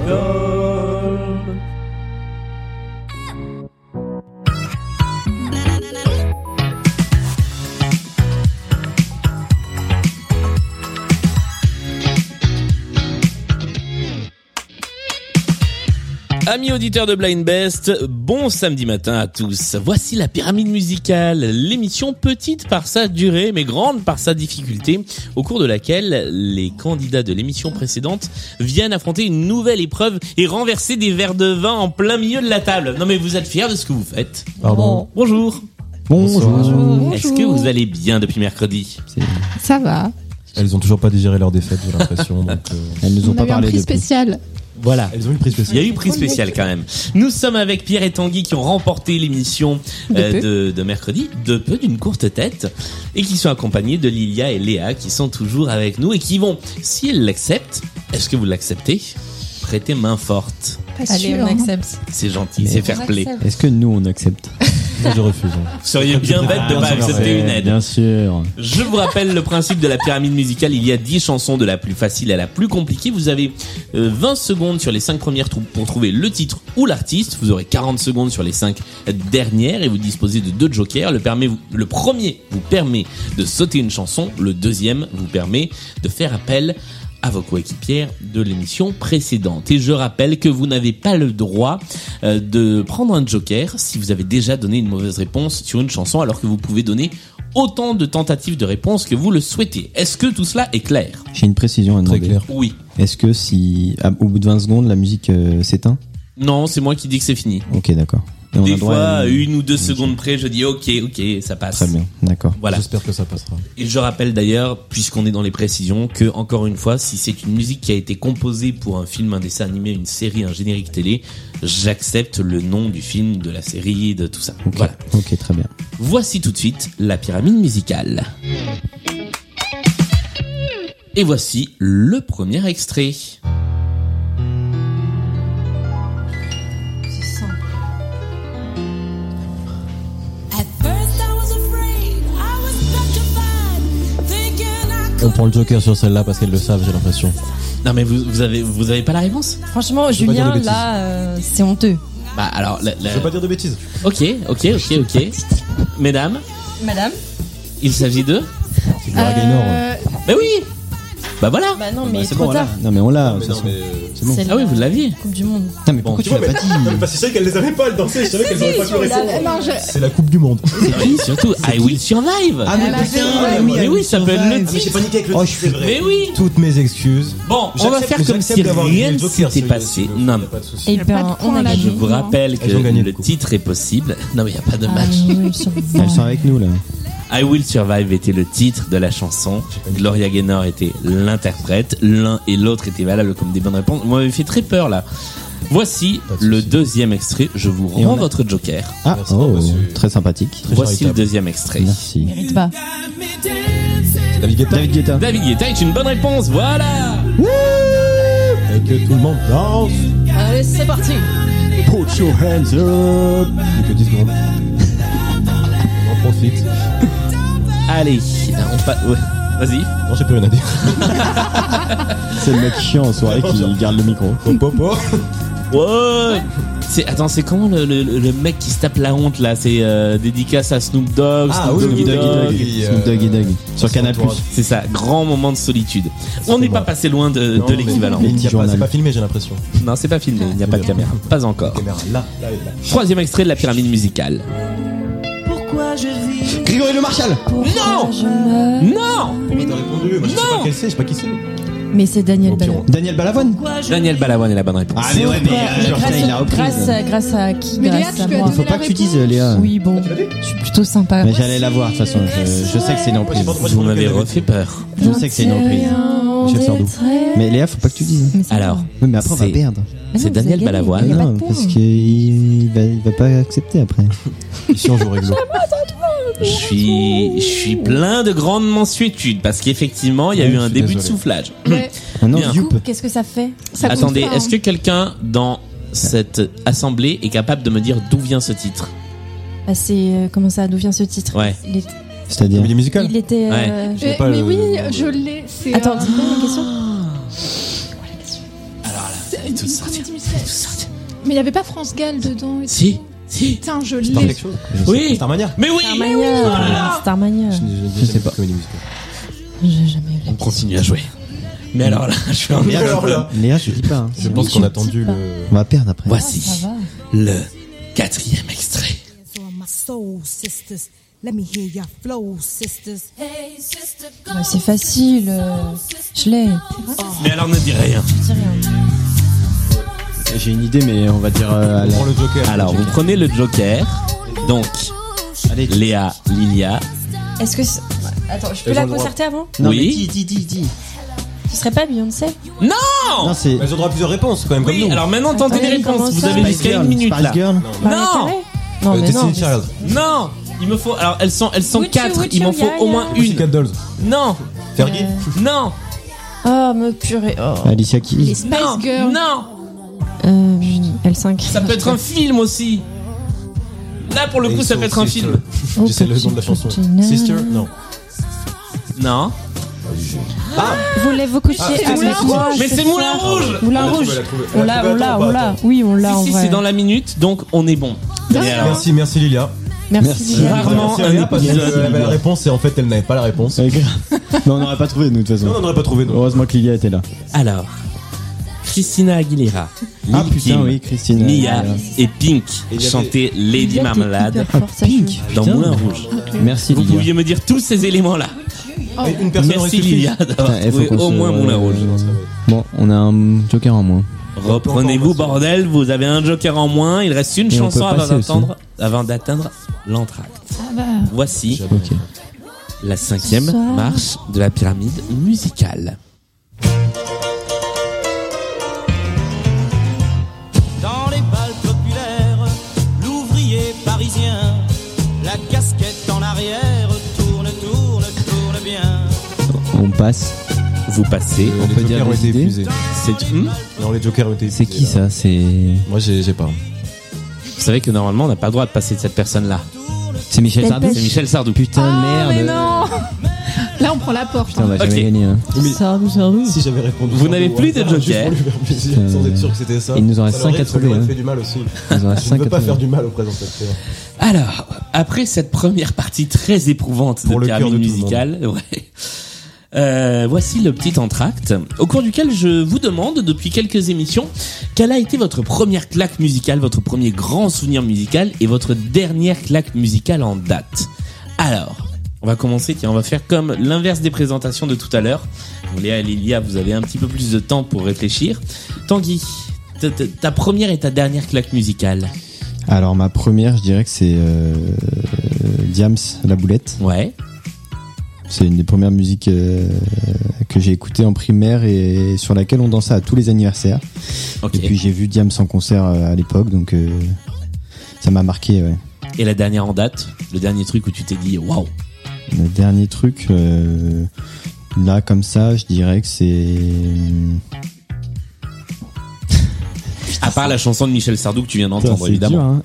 l'alcool. Amis auditeurs de Blind Best, bon samedi matin à tous. Voici la pyramide musicale, l'émission petite par sa durée mais grande par sa difficulté, au cours de laquelle les candidats de l'émission précédente viennent affronter une nouvelle épreuve et renverser des verres de vin en plein milieu de la table. Non mais vous êtes fiers de ce que vous faites? Pardon. Bonjour. Bonjour. Est-ce que vous allez bien depuis mercredi? Ça va. Elles ont toujours pas digéré leur défaite, j'ai l'impression. Donc, Elles nous ont On pas a eu un parlé prix depuis. spécial. Voilà. elles ont eu le prix Il spécial. y a eu prix spécial quand même. Nous sommes avec Pierre et Tanguy qui ont remporté l'émission de mercredi, de peu d'une courte tête, et qui sont accompagnés de Lilia et Léa qui sont toujours avec nous et qui vont, si elles l'acceptent, est-ce que vous l'acceptez, prêter main forte? Pas Allez, sûr. on accepte. C'est gentil, c'est fair play. Est-ce que nous on accepte? Moi, je refuse. Vous seriez bien bête de pas accepter une aide. Bien sûr. Je vous rappelle le principe de la pyramide musicale. Il y a 10 chansons de la plus facile à la plus compliquée. Vous avez 20 secondes sur les 5 premières pour trouver le titre ou l'artiste. Vous aurez 40 secondes sur les 5 dernières et vous disposez de 2 jokers. Le premier vous permet de sauter une chanson. Le deuxième vous permet de faire appel à vos coéquipières de l'émission précédente. Et je rappelle que vous n'avez pas le droit de prendre un joker si vous avez déjà donné une mauvaise réponse sur une chanson, alors que vous pouvez donner autant de tentatives de réponse que vous le souhaitez. Est-ce que tout cela est clair? J'ai une précision à Très demander. clair. Oui. Est-ce que si au bout de 20 secondes la musique s'éteint? Non, c'est moi qui dis que c'est fini. Ok, d'accord. Et on a Des le droit fois, à 1 ou 2 secondes près, je dis ok, ça passe. Très bien, d'accord. Voilà. J'espère que ça passera. Et je rappelle d'ailleurs, puisqu'on est dans les précisions, que encore une fois, si c'est une musique qui a été composée pour un film, un dessin animé, une série, un générique télé, j'accepte le nom du film, de la série, de tout ça. Ok, Voilà. ok, très bien. Voici tout de suite la pyramide musicale. Et voici le premier extrait. C'est simple. On prend le joker sur celle-là parce qu'elles le savent, j'ai l'impression. Non mais vous avez pas la réponse? Franchement, Je vais pas dire Julien, de bêtises. là, c'est honteux. Bah alors, Je veux pas dire de bêtises. ok. Mesdames, Madame? il s'agit de... C'est Gloria Gaynor. Mais oui. Bah voilà. Bah non, mais c'est trop bon, tard. là. Non, mais on l'a. Mais de toute non, façon. mais C'est bon. C'est Ah oui, la vous l'aviez. Coupe du Monde. Non, mais pourquoi tu l'as pas dit? Parce que c'est vrai qu'elles les avaient pas, elles dansaient, je savais qu'elles auraient pas pu répondre. Non, C'est la Coupe du Monde. Oui, surtout, I Will Survive. Ah, mais putain, mais oui, ça peut être le Mais j'ai titre. paniqué avec le Oh, titre, c'est vrai. Mais oui. Toutes mes excuses. Bon, on va J'accepte- faire comme j'accepte si d'avoir rien gagné ne le joker, s'était ça, passé. y a Non, pas de souci. Et Y a pas ben, de on point, a là, je gagné. vous rappelle que Elles ont gagné, le du coup. titre est possible. Non, mais il n'y a pas de Ah, match. oui, sur- Elles sont avec nous là. I Will Survive était le titre de la chanson. Gloria Gaynor était l'interprète. L'un et l'autre étaient valables comme des bonnes réponses. Vous m'avez fait très peur là. Voici Pas de le souci. deuxième extrait. Je vous Et on rends a- votre joker. Ah, Merci, oh, monsieur. très sympathique. Très Voici le charitable. deuxième extrait. Merci. Mérite pas. C'est David Guetta. David Guetta. David Guetta est une bonne réponse. Voilà. Et que tout le monde danse. Allez, c'est parti. Put your hands up. Et que 10 secondes. On en profite. Allez, ouais. Vas-y. Non, j'ai plus rien à dire. C'est le mec chiant en soirée qui garde le micro. Hop, hop, hop. Ouais. C'est comment le mec qui se tape la honte là? C'est dédicace à Snoop Dogg. Ah, Snoop oui, Doggy oui, Dogg. oui. Snoop Doggy Dogg. Sur Canal+. C'est ça, grand moment de solitude. On n'est pas passé loin de Non, l'équivalent. mais il y a pas- Journal. C'est pas filmé, j'ai l'impression. Non, c'est pas filmé, il n'y a pas de caméra. Pas encore. Caméra là, là et là. Troisième extrait de la pyramide musicale. Grégory Le Marchal. Non. Je meurs. Non. Mais t'as répondu, moi je sais pas quel c'est, je sais pas qui c'est. Mais c'est Daniel Bon, Balavoine. Daniel Balavoine. Daniel Balavoine est la bonne réponse. Ah mais ouais, mais Georges il a repris. Grâce à qui? Mais Léa, Grâce tu à peux moi. Il faut pas que tu dises Léa. Oui, bon. Je suis plutôt sympa. Mais j'allais la voir de toute façon. Je sais que c'est une reprise. Vous m'avez refait peur. Je sais que c'est une reprise. Michel Sardou. Mais Léa, faut pas que tu dises. Mais c'est Alors, bon. Oui, mais après on va C'est- perdre. Mais c'est non, vous Daniel avez gagné. Balavoine. Il y a pas de Non, point. parce qu'il va pas accepter après. Ici on joue réglo. Je suis plein de grandes mansuétudes parce qu'effectivement, il y a Oui, eu je un suis début de désolé. soufflage. Ouais, Ah non, Bien. Youp. Qu'est-ce que ça fait? ça compte Attendez, pas, est-ce que quelqu'un dans cette assemblée est capable de me dire d'où vient ce titre? Bah, c'est comment ça? D'où vient ce titre? Ouais. C'est-à-dire. Comédie musicale. Il était. Ouais. Je sais Mais, pas mais le- oui, je l'ai. C'est Attends, dis-moi la question. tous sortir. Comédie musicale. Mais il n'y avait pas France Gall dedans. Et Si, tout. si. Putain, je Star l'ai. quelque chose. Oui. Starmania. Mais oui, mais oui. Starmania. Starmania. Je sais pas. Comédie musicale. J'ai jamais eu la On continue à jouer. Mais alors là, je suis un Mais alors là, Léa, je dis pas. Hein. je pense qu'on a attendu le. On va perdre après. Voici ça va. le 4e extrait. Ouais, c'est facile. Je l'ai. Mais alors ne dis rien. Je dis rien. J'ai une idée, mais on va dire. On prend le Joker. Alors, vous prenez le Joker. Donc, Allez, Léa, Lilia. Est-ce que attends, je peux Elles ont la le droit. concerter avant? Non, Oui. mais dis. Ce serait pas Beyoncé? Non. Non, c'est. Elles ont droit à plusieurs réponses, quand même, comme Oui, nous. alors maintenant tentez Attendez, les réponses. comment Vous ça avez jusqu'à une minute Spice là. Girl. Mariah Non. Carey. Non, mais non. Destiny Child. Non. Il me faut. Alors elles sont Would 4. you, Il m'en faut yeah, au moins une. Pussycat Dolls. Non. Fergie. Non. Oh, me purée. Oh. Alicia Les Keys. Spice Non. Girls. Non. L5. Ça peut être un film aussi. Là pour le coup, ça peut être un film. Oh, Je sais le nom de la chanson. petit Sister. Non. Non. Voulez-vous coucher c'est avec Moulin moi? Mais c'est Moulin Rouge. Moulin Rouge. On l'a. Oui, on l'a en Si vrai. c'est dans la minute, donc on est bon. D'accord. Et alors, Merci Lilia. Merci. Lilia. Rarement Merci un Lilia parce épisode. qu'elle avait la réponse et en fait elle n'avait pas la réponse. Ouais, grave. Mais on n'aurait pas trouvé, nous, de toute Non, façon. on n'aurait pas trouvé. Non. Heureusement que Lilia était là. Alors, Christina Aguilera, Ah Lil' putain, Kim, oui, Christine. Mia et Pink Et il y avait- chantaient Lady Lilia, t'es Marmalade hyper fort, ça Pink. fait. dans Putain. Moulin Rouge. Merci Vous Lilia. pouviez me dire tous ces éléments-là. Et une personne aurait Merci suffi. Lilia d'avoir Putain, il faut trouvé qu'on au se- moins Moulin Rouge. Bon, on a un joker en moins. Reprenez-vous bordel, vous avez un joker en moins, il reste une Et on chanson peut passer avant d'atteindre l'entracte. Ça va. Voici Ok. la 5e Ce soir. marche de la pyramide musicale. Dans les balles populaires, l'ouvrier parisien, la casquette en arrière, tourne bien. On passe. Vous passez. On peut Les dire jokers ont des été idées épuisés. C'est Non, les jokers ont été C'est épuisés. qui ça? C'est Moi j'ai pas. Vous savez que normalement on n'a pas le droit de passer de cette personne-là. c'est Michel Quelle Sardou. pêche. C'est Michel Sardou. Putain de merde. Mais non. Là, on prend la porte. Putain, on va Ok. jamais gagner. Hein. Mais Sardou. si j'avais répondu. Vous n'avez plus de Juste joker. pour lui faire plaisir, sans être sûr que c'était ça. Il nous en reste Ça leur 5 à ça lui trouver, aurait hein. fait du mal aussi. Ils en restent Je ne 5 veux à pas trouver. faire du mal au présentateur. Alors, après cette première partie très éprouvante Pour de le cœur pyramide de tout le musicale, voici le petit entracte, au cours duquel je vous demande depuis quelques émissions quelle a été votre première claque musicale, votre premier grand souvenir musical et votre dernière claque musicale en date. Alors, on va commencer, tiens, on va faire comme l'inverse des présentations de tout à l'heure. Bon, Léa et Lilia, vous avez un petit peu plus de temps pour réfléchir. Tanguy, ta première et ta dernière claque musicale. Alors, ma première, je dirais que c'est Diams, La Boulette. Ouais. C'est une des premières musiques que j'ai écoutées en primaire et sur laquelle on dansait à tous les anniversaires. Ok. Et puis j'ai vu Diams en concert à l'époque, donc ça m'a marqué. Ouais. Et la dernière en date, le dernier truc où tu t'es dit waouh. Le dernier truc, là comme ça, je dirais que c'est... À part la chanson de Michel Sardou que tu viens Putain, d'entendre, c'est évidemment. dur, hein.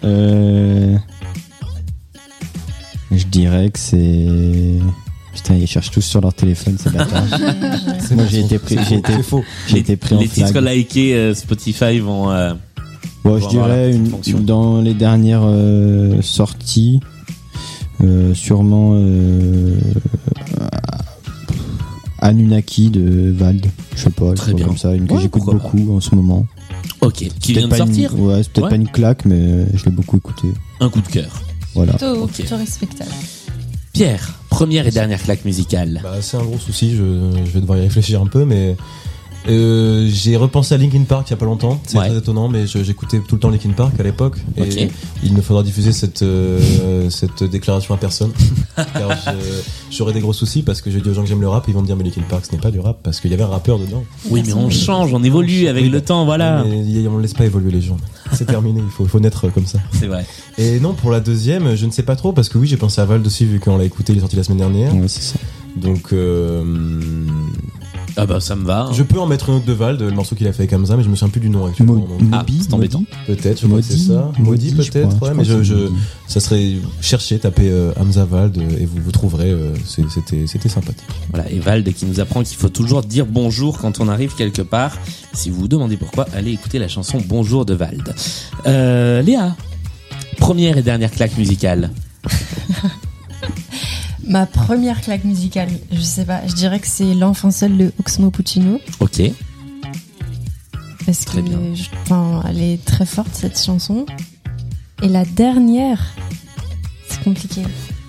Je dirais que c'est... Putain, ils cherchent tous sur leur téléphone, ces bâtards. Moi, j'ai été pris, C'est faux. j'ai été pris en Les titres flag. likés Spotify vont. Bon, je Pour avoir dirais la petite fonction. dans les dernières sorties, sûrement Anunnaki de Vald. Je sais pas, Très je vois bien. comme ça, une que Ouais, j'écoute pourquoi beaucoup en ce moment. Ok. Qui vient de Peut-être pas sortir. c'est peut-être Ouais. pas une claque, mais je l'ai beaucoup écouté. Un coup de cœur. Voilà. Plutôt, Ok. plutôt respectable. Pierre, première et dernière claque musicale. Bah, c'est un gros souci, je vais devoir y réfléchir un peu, mais j'ai repensé à Linkin Park il y a pas longtemps. C'est Ouais. très étonnant, mais j'écoutais tout le temps Linkin Park à l'époque. Et Ok. il me faudra diffuser cette déclaration à personne. Car j'aurais des gros soucis parce que j'ai dit aux gens que j'aime le rap, ils vont me dire mais Linkin Park ce n'est pas du rap parce qu'il y avait un rappeur dedans. Oui, mais on change, on évolue avec Oui, le bah, temps, voilà. Mais on ne laisse pas évoluer les gens. C'est terminé, il faut naître comme ça. C'est vrai. Et non, pour la deuxième, je ne sais pas trop parce que oui, j'ai pensé à Vald aussi vu qu'on l'a écouté, il est sorti la semaine dernière. Ouais, c'est ça. Donc Ah bah ça me va. Je peux en mettre une autre de Vald, le morceau qu'il a fait avec Hamza, mais je me souviens plus du nom actuellement. donc. Ah, c'est embêtant. Peut-être, je crois que c'est ça. Maudit peut-être, ouais, mais ça serait chercher, taper Hamza Vald et vous trouverez. C'était sympathique. Voilà, et Vald qui nous apprend qu'il faut toujours dire bonjour quand on arrive quelque part. Si vous vous demandez pourquoi, allez écouter la chanson Bonjour de Vald. Léa, première et dernière claque musicale. Ma première claque musicale, je sais pas, je dirais que c'est L'enfant seul de Oxmo Puccino. Ok. Parce Très que bien. elle est très forte cette chanson. Et la dernière, c'est compliqué.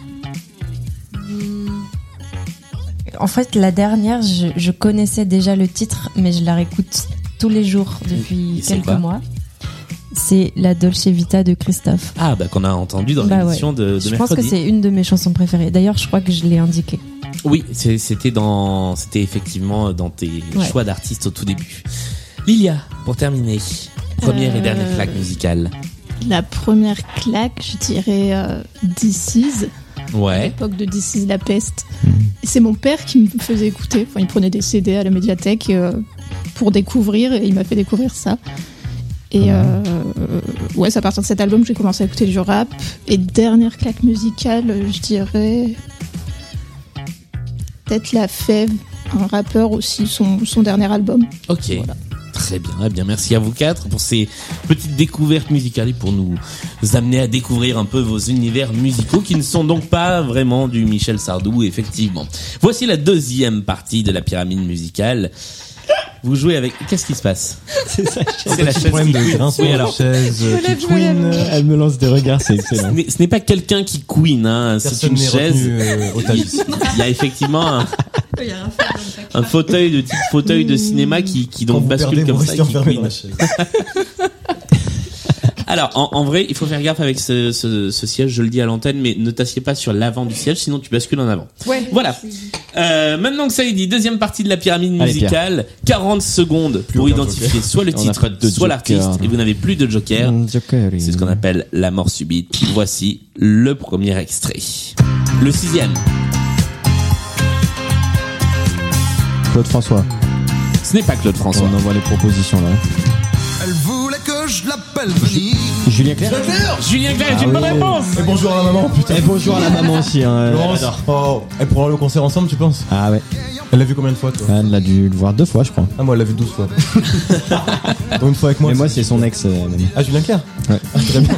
En fait, la dernière, je connaissais déjà le titre, mais je la réécoute tous les jours depuis Et c'est quelques quoi mois. C'est La Dolce Vita de Christophe. Ah bah qu'on a entendu dans Bah l'émission ouais. de Je mercredi. pense que c'est une de mes chansons préférées. D'ailleurs, je crois que je l'ai indiqué. Oui, c'était effectivement dans tes Ouais. choix d'artistes au tout début. Lilia, pour terminer, première et dernière claque musicale. La première claque, je dirais This Is, à Ouais. l'époque de This Is La Peste. Et c'est mon père qui me faisait écouter. Enfin, il prenait des CD à la médiathèque pour découvrir, et il m'a fait découvrir ça. Et ouais, c'est à partir de cet album que j'ai commencé à écouter du rap. Et dernière claque musicale, je dirais peut-être La Fève, un rappeur aussi, son dernier album. Ok. Voilà. Très bien. Eh bien, merci à vous quatre pour ces petites découvertes musicales et pour nous amener à découvrir un peu vos univers musicaux qui ne sont donc pas vraiment du Michel Sardou, effectivement. Voici la deuxième partie de la pyramide musicale. Vous jouez avec... Qu'est-ce qui se passe? C'est la chaise Problème qui de couine. grincement Oui, de alors, chaise qui queen. Elle me lance des regards, c'est excellent. ce n'est pas quelqu'un qui couine, hein. C'est Personne une n'est chaise. retenu otage ici. Il y a effectivement un fauteuil de type fauteuil de cinéma qui Quand donc vous bascule perdez, vous comme ça et restez qui enfermé dans couine. la chaise. Alors, en vrai, il faut faire gaffe avec ce siège, je le dis à l'antenne, mais ne t'assieds pas sur l'avant du siège, sinon tu bascules en avant. Ouais. Voilà. Maintenant que ça est dit, deuxième partie de la pyramide Allez, musicale, 40 secondes pour aucun identifier soit le On n'a titre, pas de soit joker. l'artiste, et vous n'avez plus de joker. Joker. C'est ce qu'on appelle la mort subite. Voici le premier extrait. Le sixième. Claude François. Ce n'est pas Claude François. On envoie les propositions là. Elle voulait que je l'appelle Venise. Julien Clerc. Julien Clerc est une bonne réponse. Et bonjour à la maman, putain. Et bonjour à la maman aussi. Hein. Laurence. Oh, elle pourra aller au concert ensemble, tu penses? Ah ouais. Elle l'a vu combien de fois, toi? Elle l'a dû le voir 2 fois, je crois. Ah, moi, elle l'a vu 12 fois. Donc, une fois avec moi. Mais moi, c'est son ex. Mamie. Ah, Julien Clerc? Ouais. Ah, très bien.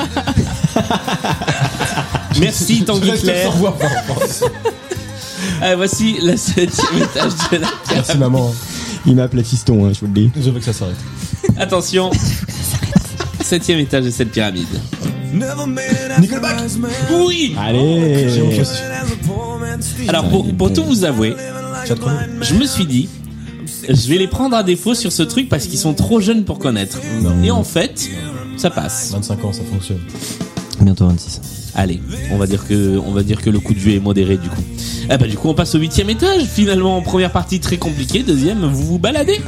Merci Tanguy Je reste Claire. sans voix par rapport à ça. Voici la 7e étage de la Merci, maman. Il m'appelait fiston, hein, je vous le dis. Je veux que ça s'arrête. Attention. 7e étage de cette pyramide. Nickelback. Oui. Allez. J'ai mon costume. Alors pour tout vous avouer, Chat chrono. je me suis dit, je vais les prendre à défaut sur ce truc parce qu'ils sont trop jeunes pour connaître. Non. Et en fait, ça passe. 25 ans, ça fonctionne. Bientôt 26. Allez, on va dire que le coup de vue est modéré du coup. Ah bah du coup on passe au 8e étage. Finalement, première partie très compliquée, deuxième vous vous baladez.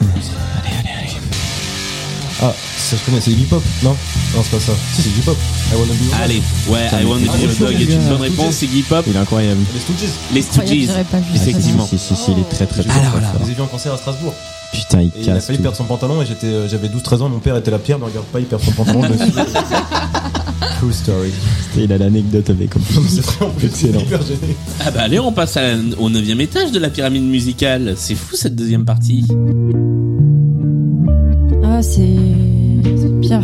Ah, ça je connais, c'est Iggy Pop. Non, c'est pas ça. Si, c'est Iggy Pop. I wanna be your man. Allez, ouais, I want to be your dog est une bonne réponse. Iggy Pop, Il est incroyable. Les Stooges. les Incroyable, Stooges, j'aurais pas vu ça. effectivement. Si, il est très très très Alors très là, fort. Je les ai vus en concert à Strasbourg. Putain, il Et il a casse failli tout. perdre son pantalon et j'avais 12-13 ans, mon père était la pierre, ne regarde pas, il perd son pantalon, je me suis dit, True story. Il a l'anecdote avec comme C'est vrai, en plus, Excellent. hyper gêné. Ah bah allez, on passe au 9e étage de la pyramide musicale. C'est fou cette deuxième partie. Ah, c'est Pierre.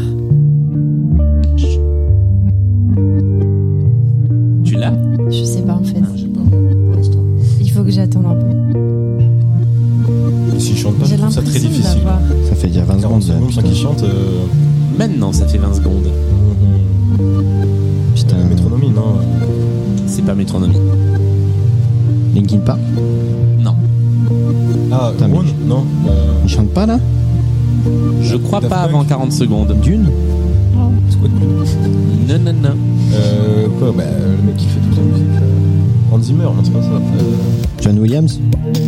Tu l'as? Je sais pas en fait. J'ai pas, pour l'instant. Il faut que j'attende un peu. Et s'il chante pas, je J'ai trouve ça très l'impression difficile. d'avoir. Ça fait déjà 20 40 secondes. secondes sans qu'il chante. Maintenant, ça fait 20 secondes. Putain. Métronomie, non. C'est pas métronomie. Linkin Park. Non. Ah, Putain, mais- One, non. Il chante pas là Je crois Daft pas Punk. avant 40 secondes. Dune. C'est quoi de plus Non, non, non. Quoi, bah, le mec qui fait toute la musique. Hans Zimmer, non, c'est pas ça. John Williams.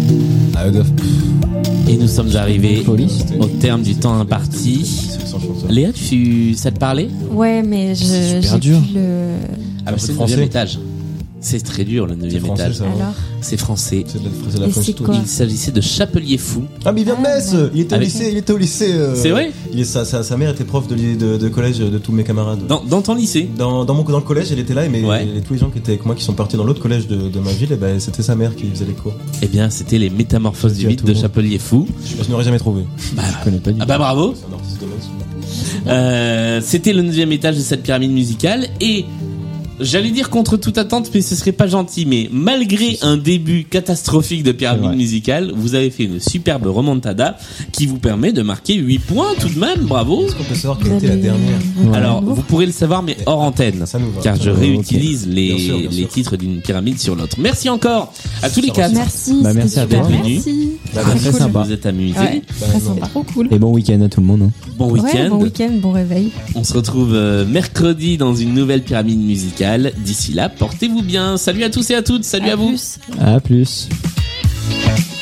Et nous sommes arrivés Police. au terme du temps imparti. C'est sans chanteur. Léa, ça te parlait? Ouais, mais C'est super j'ai dur. plus le. Ah bah c'est le français. 9e étage. C'est très dur le 9e français, étage. ça, non Alors, C'est français. C'est de la Et French c'est Touch. quoi Il s'agissait de Chapelier Fou. Ah mais il vient de Metz. Il était au lycée. C'est vrai? Sa mère était prof de collège de tous mes camarades. Dans ton lycée? Dans le collège, elle était là, mais Ouais. tous les gens qui étaient avec moi, qui sont partis dans l'autre collège de ma ville, et ben c'était sa mère qui faisait les cours. Eh bien, c'était les Métamorphoses Je du dis à mythe tout de le monde. Chapelier Fou. Je n'aurais jamais trouvé. Je connais pas du Ah tout. bah bravo. C'est un artiste de Metz. C'était le 9e étage de cette pyramide musicale et j'allais dire contre toute attente, mais ce serait pas gentil. Mais malgré un début catastrophique de C'est pyramide vrai. musicale, vous avez fait une superbe remontada qui vous permet de marquer 8 points tout de même. Bravo. Est-ce qu'on peut savoir quelle était la dernière? Alors, vous pourrez le savoir, mais hors antenne. Ça nous va. Car je Ok. réutilise Bien sûr, bien les sûr. titres d'une pyramide sur l'autre. Merci encore à tous les Ça quatre. merci. Bah, c'était merci à super. toi. d'être venus. Merci. Bah, Ravi très que sympa. vous êtes amusés. Ouais, très non. sympa. Trop cool. Et bon week-end à tout le monde. Hein. Bon Ouais, week-end. bon week-end, bon réveil. On se retrouve mercredi dans une nouvelle pyramide musicale. D'ici là, portez-vous bien. Salut à tous et à toutes. Salut à vous. Plus. À plus.